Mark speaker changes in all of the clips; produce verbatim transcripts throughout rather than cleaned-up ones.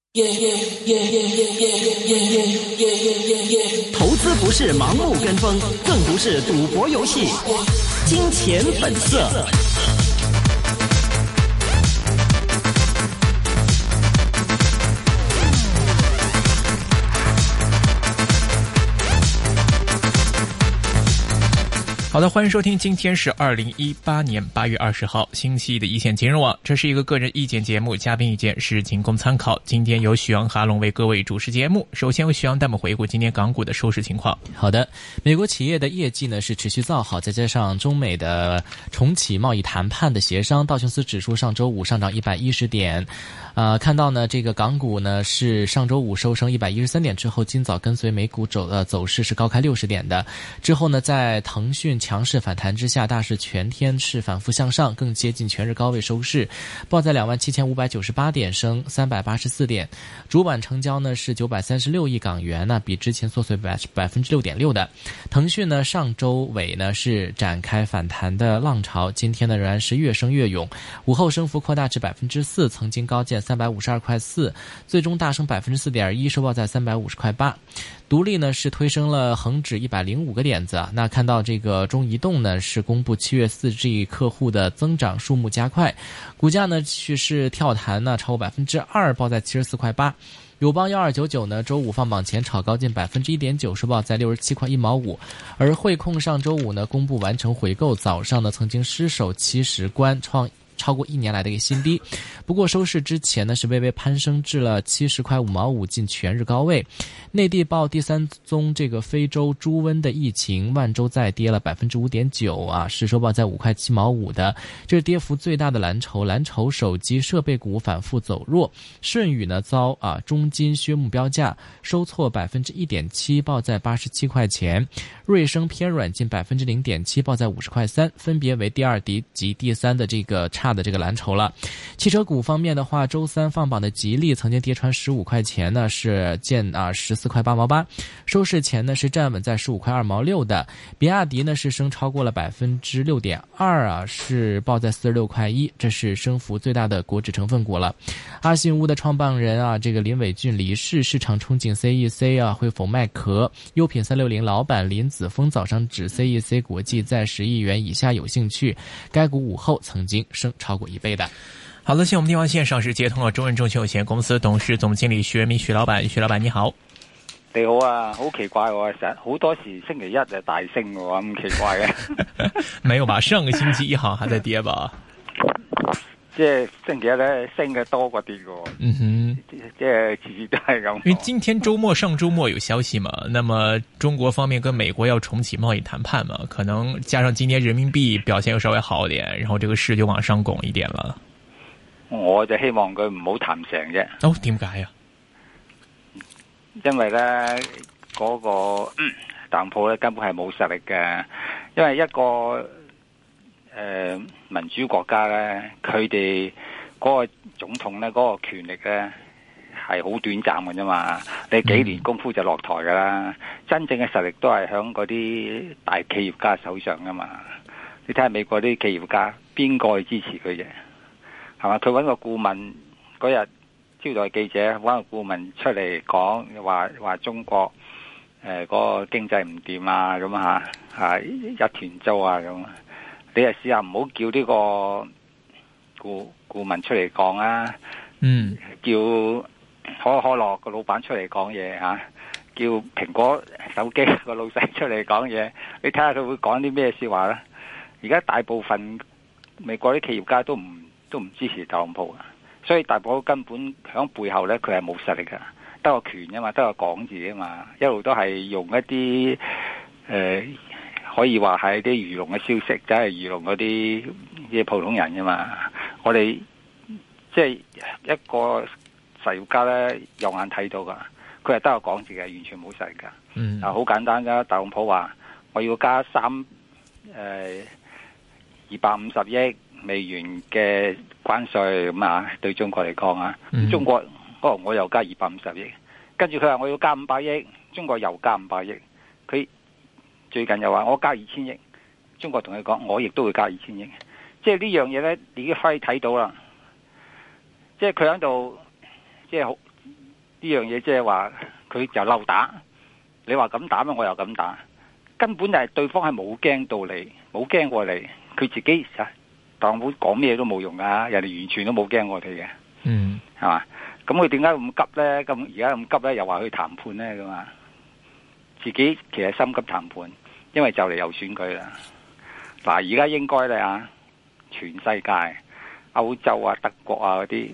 Speaker 1: 投资不是盲目跟风，更不是赌博游戏。金钱本色。好的，欢迎收听，今天是二零一八年八月二十号星期一的一线金融网，这是一个个人意见节目，嘉宾意见是仅供参考。今天由许阳哈龙为各位主持节目，首先为许阳带我们回顾今天港股的收市情况。
Speaker 2: 好的，美国企业的业绩呢是持续造好，再加上中美的重启贸易谈判的协商，道琼斯指数上周五上涨一百一十点。呃，看到呢，这个港股呢是上周五收升一百一十三点之后，今早跟随美股走呃走势是高开六十点的。之后呢，在腾讯强势反弹之下，大市全天是反复向上，更接近全日高位收市，报在两万七千五百九十八点，升三百八十四点。主板成交呢是九百三十六亿港元呢，比之前缩水百百分之六点六的。腾讯呢上周尾呢是展开反弹的浪潮，今天呢仍然是越升越勇，午后升幅扩大至百分之四，曾经高见三百五十二块四，最终大升百分之四点一，收报在三百五十块八。独立呢是推升了恒指一百零五个点子。那看到这个中移动呢是公布七月 四 G 客户的增长数目加快，股价呢却是跳弹呢超过百分之二，报在七十四块八。友邦一二九九呢周五放榜前炒高近百分之一点九，收报在六十七块一毛五。而汇控上周五呢公布完成回购，早上呢曾经失守七十关，创超过一年来的一个新低，不过收市之前呢是微微攀升至了七十块五毛五，近全日高位。内地报第三宗这个非洲猪瘟的疫情，万洲再跌了百分之五点九啊，是收报在五块七毛五的，这是跌幅最大的蓝筹。蓝筹手机设备股反复走弱，舜宇呢遭啊中金削目标价，收挫百分之一点七，报在八十七块钱。瑞声偏软近百分之零点七，报在五十块三，分别为第二及第三的这个差的这个蓝筹了。汽车股方面的话，周三放榜的吉利曾经跌穿十五块钱呢，是见啊十四块八毛八，收市前呢是站稳在十五块二毛六的。比亚迪呢是升超过了百分之六点二啊，是报在四十六块一，这是升幅最大的国指成分股了。阿信屋的创办人啊，这个林伟俊离世，市场憧憬 C E C 啊会否卖壳。优品三六零老板林子峰早上指 C E C 国际在十亿元以下有兴趣，该股午后曾经升超过一倍的。
Speaker 1: 好的，现在我们电话线上是接通了中润证券有限公司董事总经理徐仁明徐老板，徐老板你好。
Speaker 3: 你好啊，好奇怪喎，成日好多時星期一就大升喎，咁奇怪嘅。
Speaker 1: 沒有吧？上個星期一好像還在跌吧？
Speaker 3: 即係星期一咧升嘅多過跌嘅。
Speaker 1: 嗯哼，
Speaker 3: 即係次次都係咁。
Speaker 1: 因為今天周末上周末有消息嘛，那麼中國方面跟美國要重啟貿易談判嘛，可能加上今天人民幣表現又稍微好一點，然後這個市就往上拱一點了。
Speaker 3: 我就希望佢唔好談成啫。
Speaker 1: 哦，點解啊？
Speaker 3: 因為咧嗰、那個、嗯、特朗普咧根本係冇實力嘅，因為一個誒、呃、民主國家咧，佢哋嗰個總統咧嗰、那個權力咧係好短暫嘅啫嘛，你幾年功夫就落台噶啦，嗯、真正嘅實力都係響嗰啲大企業家手上噶嘛。你睇下美國啲企業家邊個去支持佢啫？係嘛？佢揾個顧問嗰日。招待記者揾個顧問出嚟講，話話中國誒嗰、呃那個經濟唔掂啊，咁嚇嚇一團糟啊咁。你係試下唔好叫呢個顧顧問出嚟講啊，
Speaker 1: 嗯，
Speaker 3: 叫可口可樂個老闆出嚟講嘢嚇，叫蘋果手機個老細出嚟講嘢，你睇下佢會講啲咩説話啦。而家大部分美國啲企業家都唔都唔支持特朗普啊。所以大寶根本喺背後咧，佢係冇實力噶，得個權啊嘛，得個講字啊嘛，一路都係用一啲誒、呃，可以話係啲愚弄嘅消息，就係愚弄嗰啲啲普通人噶嘛。我哋即係一個實業家咧，有眼睇到噶，佢係得個講字嘅，完全冇實力噶。嗯，啊好簡單噶，特朗普話我要加三誒二百五十億美元嘅關稅咁啊，對中國嚟講啊，嗯、中國哦我又加二百五十億，跟住佢話我要加五百億，中國又加五百億，佢最近又話我加二千億，中國同佢講我亦都會加二千億，即係呢樣嘢咧，你已經可以睇到啦，即係佢喺度，即係好樣嘢即係話佢就漏打，你話咁打咩？我又咁打，根本就係對方係冇驚到你，冇驚過你，佢自己啊，特朗普講咩都冇用噶，人哋完全都冇驚過佢嘅，
Speaker 2: 嗯，
Speaker 3: 係嘛？咁佢點解咁急咧？咁而家咁急咧，又話去談判咧咁啊？自己其實心急談判，因為就嚟又選舉啦。嗱，而家應該咧啊，全世界、歐洲啊、德國啊嗰啲，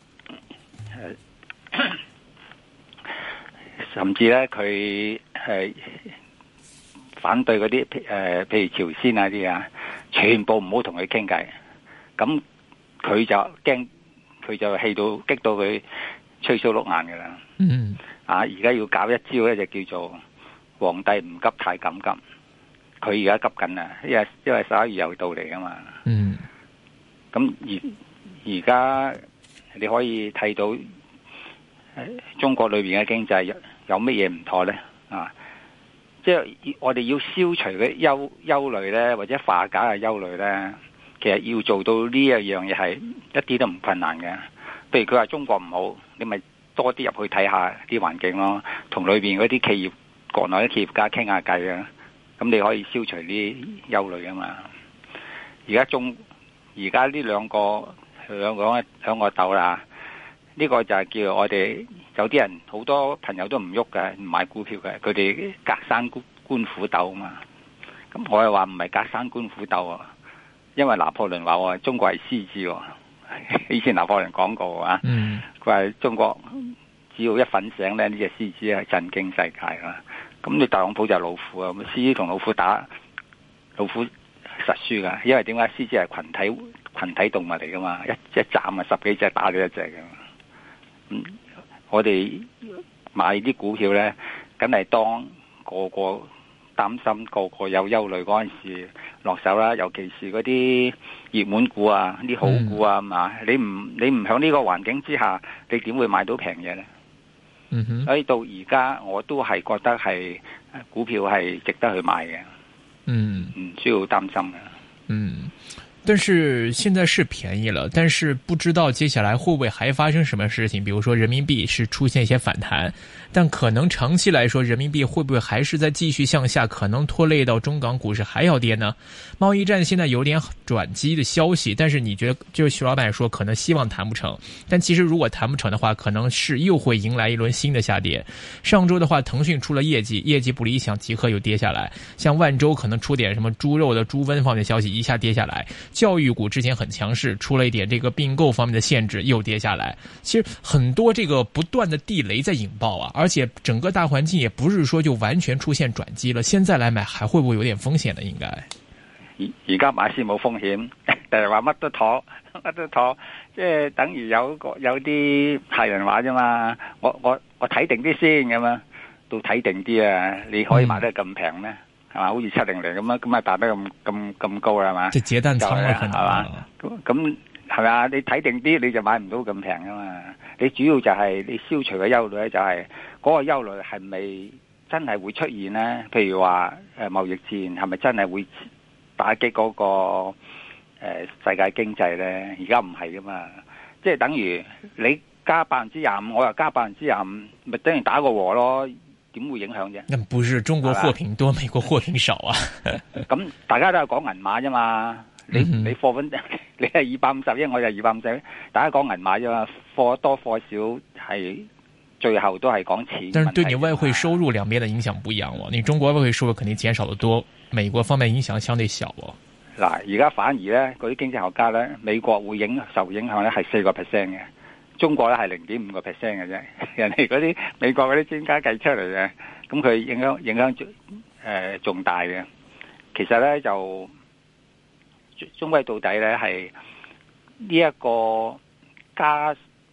Speaker 3: 甚至咧佢係反對嗰啲誒，譬如朝鮮啊啲啊，全部唔好同佢傾偈。咁佢就驚，佢就氣到激到佢吹鬚碌眼噶啦。
Speaker 2: 嗯，
Speaker 3: 啊，而家要搞一招咧，就叫做皇帝唔急太監急。佢而家急緊啊，因為因為十一月又到嚟啊嘛。
Speaker 2: 嗯，
Speaker 3: 咁而而家你可以睇到，中國裏邊嘅經濟有有乜嘢唔妥咧？啊，即係我哋要消除嘅憂憂慮咧，或者化解嘅憂慮咧，其實要做到呢一樣嘢係一啲都唔困難嘅。譬如佢話中國唔好，你咪多啲入去睇下啲環境咯，同裏邊嗰啲企業、國內啲企業家傾下偈啊。咁你可以消除啲憂慮啊嘛！而家中而家呢兩個兩個兩個鬥啦，呢個就係叫我哋有啲人好多朋友都唔喐嘅，唔買股票嘅，佢哋隔山觀虎鬥啊嘛！咁我又話唔係隔山觀虎鬥啊，因為拿破崙話我中國係獅子，以前拿破崙講過啊，佢話中國只要一瞓醒咧，呢隻獅子係震驚世界啊！咁你特朗普就係老虎啊！咁獅子同老虎打，老虎實輸噶，因為點解獅子係群體群體動物嚟噶嘛？一一斬啊，十幾隻打你一隻噶嘛。咁我哋買啲股票咧，梗係當個個擔心、個個有憂慮嗰陣時落手啦。尤其是嗰啲熱門股啊、啲好股啊嘛、嗯。你唔你唔響呢個環境之下，你點會買到平嘢咧？
Speaker 2: 嗯哼，
Speaker 3: 所以到而家我都係覺得係股票係值得去買嘅，
Speaker 2: 嗯，
Speaker 3: 唔需要擔心嘅，
Speaker 2: 嗯。
Speaker 1: 但是現在是便宜了，但是不知道接下來會不會還發生什麼事情，比如說人民幣是出現一些反彈，但可能長期來說人民幣會不會還是在繼續向下，可能拖累到中港股市還要跌呢？貿易戰現在有點轉機的消息，但是你覺得就是徐老闆說可能希望談不成，但其實如果談不成的話，可能是又會迎來一輪新的下跌。上周的話騰訊出了業績，業績不理想，即刻又跌下來，像萬洲可能出點什麼豬肉的豬瘟方面的消息，一下跌下來。教育股之前很強勢，出了一點這個併購方面的限制，又跌下來。其實很多這個不斷的地雷在引爆啊，而且整個大環境也不是說就完全出現轉機了。現在來買還會不會有點風險呢？應該
Speaker 3: 而而家買先冇風險，但係話乜都妥，乜都妥，即係等於有個有啲客人話啫嘛。我我我睇定啲先咁啊，到睇定啲啊，你可以買得咁平咩？係嘛？好似七零零咁啊，咁咪打得咁咁咁高啦，係嘛？
Speaker 1: 即係截彈倉啦，
Speaker 3: 係嘛？咁咁係咪啊？你睇定啲，你就買唔到咁平噶嘛？你主要就係你消除嘅憂慮咧，就係嗰個憂慮係咪真係會出現咧？譬如話誒貿易戰係咪真係會打擊嗰個誒世界經濟咧？而家唔係噶嘛，即係等於你加百分之廿五，我又加百分之廿五，咪等於打個和咯。點會影響啫？
Speaker 1: 那不是中國貨品多，美國貨品少啊？
Speaker 3: 咁大家都係講銀碼啫嘛。你你貨品你係二百五十億，我就二百五十億，大家講銀碼啫嘛。貨多貨少係最後都係講錢。
Speaker 1: 但是對你外匯收入兩邊的影響不一樣喎。你中國外匯收入肯定減少得多，美國方面影響相對小喎。
Speaker 3: 嗱，而家反而咧，嗰啲經濟學家咧，美國會影受影響咧係四個 percent 嘅。中國咧係零點五個 percent 嘅啫，人哋嗰啲美國嗰啲專家計出嚟嘅，咁佢影響影響誒重大嘅。其實咧就終歸到底咧係呢一個加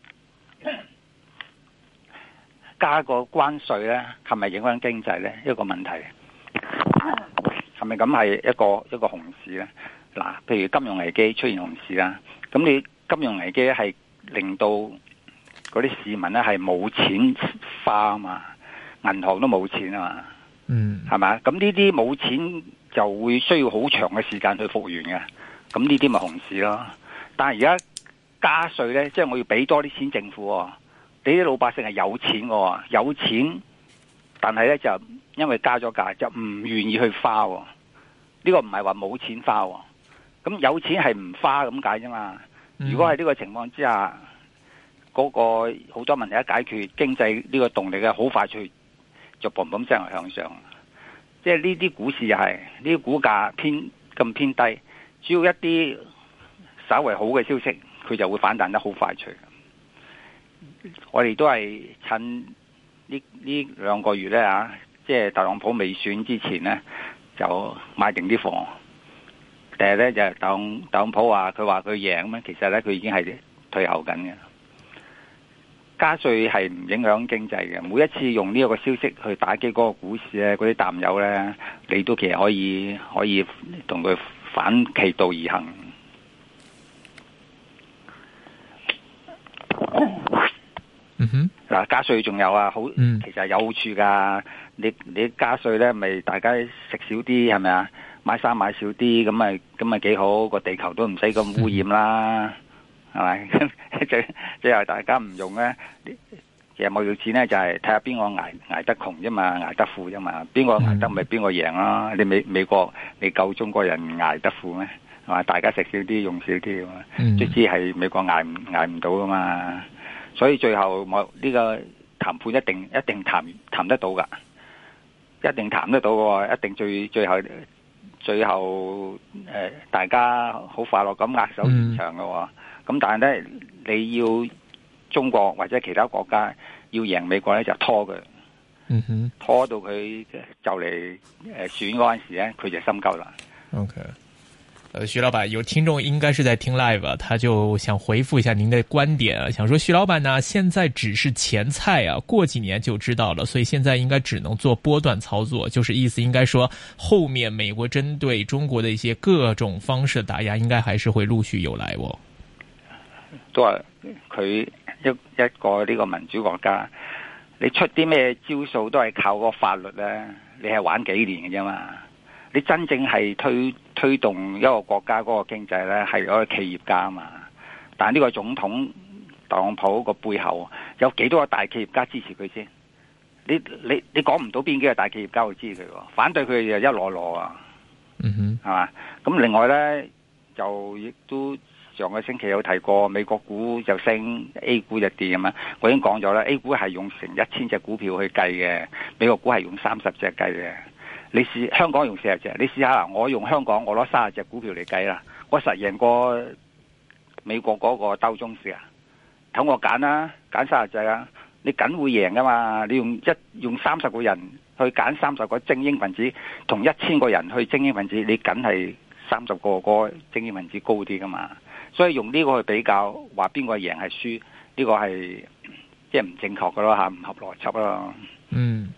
Speaker 3: 加個關稅咧，係咪影響經濟咧？一個問題係咪咁係一個一個熊市咧？嗱，譬如金融危機出現熊市啦，咁你金融危機係令到嗰啲市民咧係冇錢花啊嘛，銀行都冇錢啊嘛，
Speaker 1: 嗯，
Speaker 3: 係咪？咁呢啲冇錢就會需要好長嘅時間去復原嘅，咁呢啲咪熊市咯。但係而家加稅咧，即係我要俾多啲錢政府， 你啲老百姓係有錢嘅，有錢，但係咧就因為加咗價，就唔願意去花。呢、這個唔係話冇錢花，咁有錢係唔花咁解啫嘛。如果喺呢個情況之下，嗰、那個好多問題一解決，經濟呢個動力咧好快脆就嘣嘣聲向上。即係呢啲股市又係呢啲股價偏咁偏低，只要一啲稍為好嘅消息，佢就會反彈得好快脆。我哋都係趁呢呢兩個月咧啊，即係特朗普未選之前咧，就買定啲貨。但係咧就特特朗普話佢話佢贏咁，其實咧佢已經係退後緊嘅。加稅係唔影響經濟嘅，每一次用呢一個消息去打擊嗰個股市咧，嗰啲淡友咧，你都其實可以可以同佢反其道而行。
Speaker 1: 嗯哼，
Speaker 3: 嗱，加稅仲有啊，好，
Speaker 1: 嗯、
Speaker 3: 其實有好處噶。你你加稅咧，咪大家食少啲，係咪啊？買衫買少啲，咁咪咁咪幾好，個地球都唔使咁污染啦，係咪、嗯？最最後大家唔用咧，其實貿易戰咧就係睇下邊個捱捱得窮啫嘛，捱得富啫嘛，邊個捱得咪邊個贏咯。你美美國你夠中國人捱得富咩？係嘛？大家食少啲，用少啲啊嘛，即係係美國捱唔捱唔到啊嘛。所以最後我呢個談判一定一定談談得到噶，一定談得到嘅，一定最最後最後誒、呃、大家好快樂咁握手言長嘅。咁、嗯、但係咧你要中國或者其他國家要贏美國咧就拖佢，
Speaker 1: 嗯哼，
Speaker 3: 拖到佢就嚟誒選嗰陣時咧佢就心夠啦。
Speaker 1: OK。呃，徐老闆，有聽眾應該是在聽 live，他就想回復一下您的觀點啊，想說徐老闆呢，現在只是前菜啊，過幾年就知道了，所以現在應該只能做波段操作，就是意思應該說後面美國針對中國的一些各種方式打壓，應該還是會陸續有來哦。
Speaker 3: 都係佢一一個呢個民主國家，你出啲咩招數都係靠個法律咧，你係玩幾年嘅啫嘛。你真正係推推動一個國家嗰個經濟咧，係嗰個企業家啊嘛。但係呢個總統特朗普個背後有幾多個大企業家支持佢先？你你你講唔到邊幾個大企業家會支持佢？反對佢就一籮籮啊。
Speaker 1: 嗯哼，
Speaker 3: 係嘛？咁另外咧就亦都上個星期有提過，美國股就升 ，A 股就跌啊嘛。我已經講咗啦 ，A 股係用成一千隻股票去計嘅，美國股係用三十隻計嘅。你試香港用四十隻，你試下啦。我用香港，我攞三十隻股票嚟計啦，我實贏過美國嗰個道瓊斯啊！等我揀啦，揀三十隻啊！你梗會贏噶嘛？你用一用三十個人去揀三十個精英分子，同一千個人去精英分子，你梗係三十個個精英分子高啲噶嘛？所以用呢個去比較，話邊個贏係輸，呢個係即係唔正確噶咯吓，唔合邏輯咯。嗯。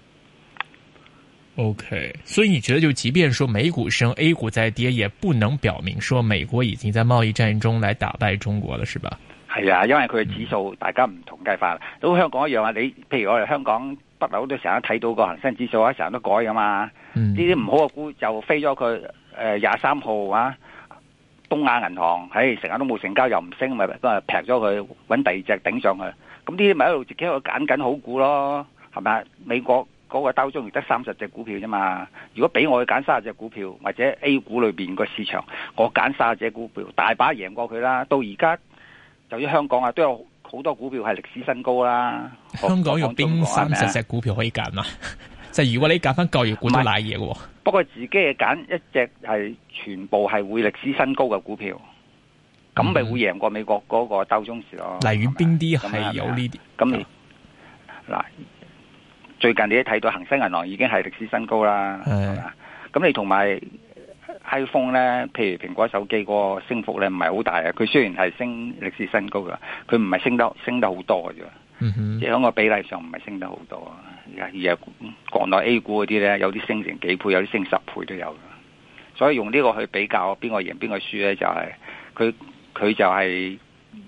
Speaker 1: OK，所以你覺得就即便說美股升 A 股再跌，也不能表明說美國已經在貿易戰中來打敗中國了，是吧？
Speaker 3: 係啊，因為佢嘅指數大家唔同計法，都香港一樣啊。你譬如我哋香港不嬲都成日睇到個恒生指數啊，成日都改噶嘛。呢啲唔好嘅股就飛咗佢誒廿三號啊，東亞銀行，唉成日都冇成交又唔升，咪都係劈咗佢，搵第二隻頂上去。咁呢啲咪一路自己喺度揀緊好股咯，係咪啊？美國嗰個兜中亦得三十隻股票啫嘛，如果俾我去揀三十隻股票，或者 A 股裏邊個市場，我揀三十隻股票，大把贏過佢啦。到而家就於香港啊，都有好多股票係歷史新高啦。
Speaker 1: 香港有邊三十隻股票可以揀啊？就係如果你揀翻舊業股都瀨嘢嘅。
Speaker 3: 不過自己係揀一隻係全部係會歷史新高嘅股票，咁咪、嗯、會贏過美國嗰個兜中市咯。
Speaker 1: 例如邊啲係有呢啲？咁你
Speaker 3: 嗱。最近你都睇到恒生銀行已經係歷史新高啦，係嘛？咁你同埋 iPhone 咧，譬如蘋果手機個升幅咧唔係好大啊。佢雖然係升歷史新高噶，佢唔係升得升得好多嘅啫。嗯哼，即係喺個比例上唔係升得好多。而係國內 A 股嗰啲咧，有啲升成幾倍，有啲升十倍都有。所以用呢個去比較邊個贏邊個輸咧，就係佢佢就係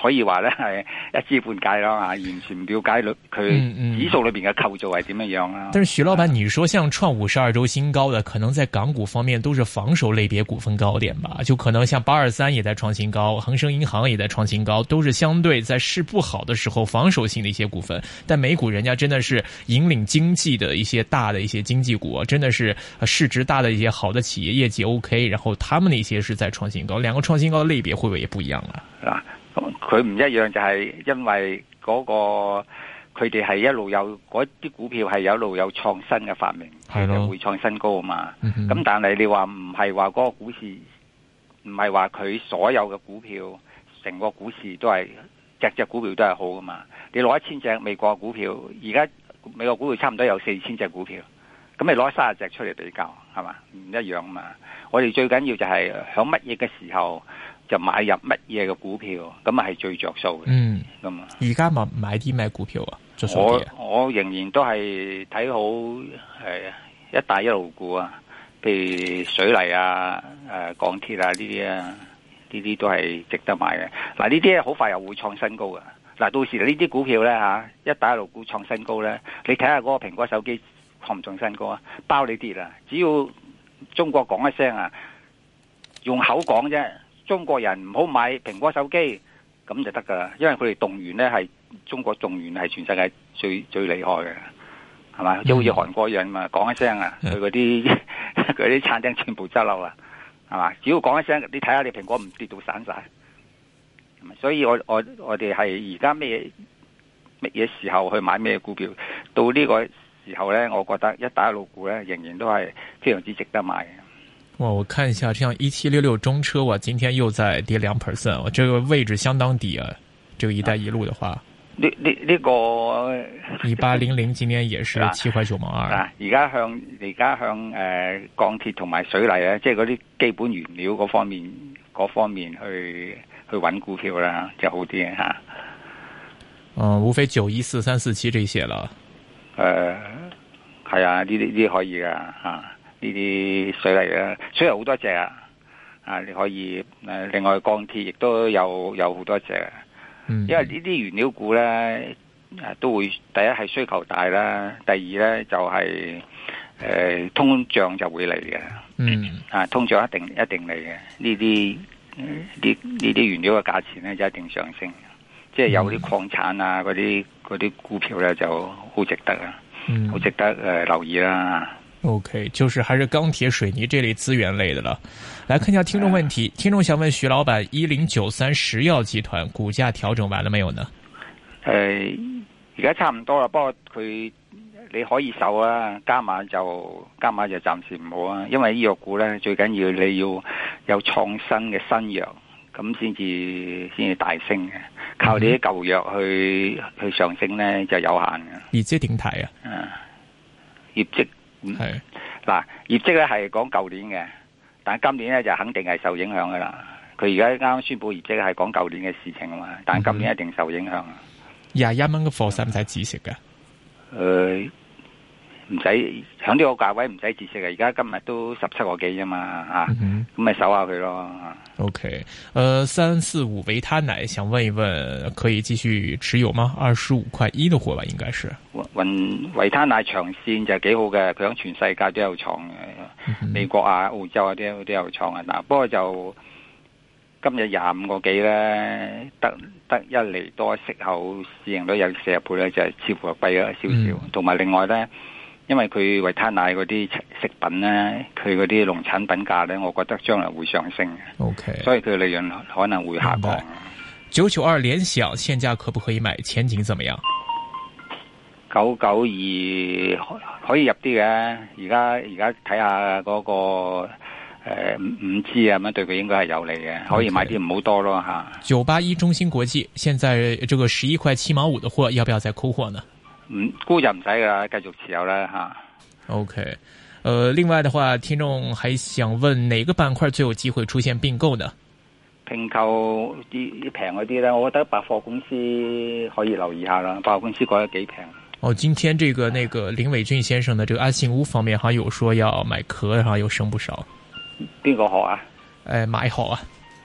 Speaker 3: 可以話咧係一知半解啦，完全唔了解佢指數裏邊嘅構造係點樣樣啦。
Speaker 1: 但是徐老闆，你說像創五十二周新高的，可能在港股方面都是防守類別股份高點吧？就可能像八二三也在創新高，恒生銀行也在創新高，都是相對在市不好的時候防守性的一些股份。但美股人家真的是引領經濟的一些大的一些經濟股，真的是市值大的一些好的企業，業績 OK， 然後他們那些是在創新高，兩個創新高的類別會不會也不一樣啊？
Speaker 3: 嗱，佢唔一樣就係因為嗰個佢哋係一路有嗰啲股票係有一路有創新嘅發明，係咯，會創新高啊嘛。咁、嗯、但係你話唔係話嗰個股市，唔係話佢所有嘅股票，成個股市都係隻隻股票都係好噶嘛？你攞一千隻美國股票，而家美國股票差唔多有四千隻股票，咁你攞三十隻出嚟比較，係嘛？唔一樣啊嘛。我哋最緊要就係響乜嘢嘅時候就買入乜嘢嘅股票，咁啊係最着數嘅。嗯，咁啊，
Speaker 1: 而家買買啲咩股票啊？
Speaker 3: 我我仍然都係睇好誒一帶一路股啊，譬如水泥啊、誒鋼鐵啊呢啲啊，呢啲都係值得買嘅。嗱，呢啲好快又會創新高嘅。嗱，到時呢啲股票咧吓，一帶一路股創新高咧，你睇下嗰個蘋果手機創唔創新高啊？包你跌啦！只要中國講一聲啊，用口講啫，中國人唔好買蘋果手機，咁就得噶啦。因為佢哋動員咧係中國動員係全世界最最厲害嘅，係嘛？即好似韓國人嘛，講一聲啊，佢嗰啲嗰啲餐廳全部執笠啦，係嘛？只要講一聲，你睇下你蘋果唔跌到散晒。所以我我我哋係而家咩乜嘢時候去買咩股票？到呢個時候呢，我覺得一帶一路股呢，仍然都係非常之值得買嘅。
Speaker 1: 哇！我看一下，像一七六六中車，哇，今天又在跌兩 percent， 我這個位置相當低啊！這個一帶一路的話，
Speaker 3: 呢呢呢個
Speaker 1: 一八零零今年也是七塊九毛二。
Speaker 3: 而家向而家向誒、呃、鋼鐵同埋水泥咧，即係嗰啲基本原料嗰方面嗰方面去去揾股票啦，就好啲吓。
Speaker 1: 嗯，無非九一四、三四七這些啦。
Speaker 3: 誒，係啊，呢啲呢啲可以噶吓，呢啲水泥啊，水泥好多隻啊，啊你可以誒，另外鋼鐵亦都有有好多隻，嗯，因為呢啲原料股咧，誒都會第一係需求大啦，第二咧就係、是、誒、呃、通脹就會嚟嘅，嗯，啊通脹一定一定嚟嘅，呢啲呢呢啲原料嘅價錢咧就一定上升。即係有啲礦產啊，嗰啲嗰啲股票咧就好值得啊，好、嗯、值得誒、呃、留意啦。
Speaker 1: OK，就是還是鋼鐵、水泥這類資源類的了。來看一下聽眾問題，聽眾想問徐老闆：一零九三石藥集團股價調整完了沒有呢？
Speaker 3: 誒、呃，而家差唔多啦，不過佢你可以守啊，加碼就加碼就暫時唔好啊，因為醫藥股咧最緊要你要有創新嘅新藥，咁先至先至大升嘅。靠你啲舊藥去去上升咧就有限嘅。
Speaker 1: 業績點睇啊？
Speaker 3: 嗯，業績係嗱，業績咧係講舊年嘅，但係今年咧就肯定係受影響噶啦。佢而家啱啱宣布業績係講舊年嘅事情啊嘛，但係今年一定受影響。
Speaker 1: 廿一蚊嘅貨使唔使止蝕嘅？誒、
Speaker 3: 呃。唔使響呢個價位唔使止蝕嘅，而家今日都十七個幾啫嘛，啊，咁咪守下佢咯。
Speaker 1: OK，呃，三四五維他奶想問一問，可以繼續持有嗎？二十五塊一的貨吧，應該是。
Speaker 3: 維維他奶長線就幾好嘅，佢響全世界都有廠嘅、嗯，美國啊、澳洲啊啲都有廠啊。嗱，不過就今日廿五個幾咧，得得一厘多息口，市盈率有四十倍咧，就係似乎係貴咗少少。同、嗯、埋另外咧。因為佢維他奶嗰啲食品咧，佢嗰啲農產品價咧，我覺得將來會上升嘅。O K，所以佢利潤可能會下降。
Speaker 1: 九九二聯想現價可不可以買？前景怎麼樣？
Speaker 3: 九九二可以入啲嘅，而家而家睇下嗰個誒五 G 啊，咁對佢應該係有利嘅，可以買啲唔好多咯吓。九
Speaker 1: 八一中芯國際現在這個十一塊七毛五的貨，要不要再沽貨呢？
Speaker 3: 唔沽就唔使噶啦，繼續持有啦吓。
Speaker 1: OK，呃，另外的話，聽眾還想問哪個板塊最有機會出現併購呢？
Speaker 3: 併購啲平嗰啲咧，我覺得百貨公司可以留意下啦。百貨公司覺得幾平。
Speaker 1: 哦，今天這個那個林偉俊先生的這個安信屋方面，好像有說要買殼，然後又升不少。
Speaker 3: 邊個殼啊？
Speaker 1: 誒，買殼啊？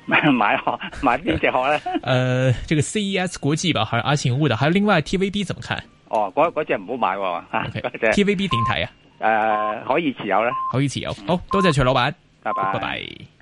Speaker 3: 買殼買邊隻殼咧？
Speaker 1: 呃，這個 C E S 國際吧，還有阿信物的，還有另外 T V B 怎麼看？
Speaker 3: 哦，嗰嗰隻唔好買喎。
Speaker 1: Okay.
Speaker 3: 嗰隻
Speaker 1: T V B 點睇啊？
Speaker 3: 誒、呃，可以持有咧，
Speaker 1: 可以持有。好，多謝徐老闆，
Speaker 3: 拜拜。
Speaker 1: 拜拜。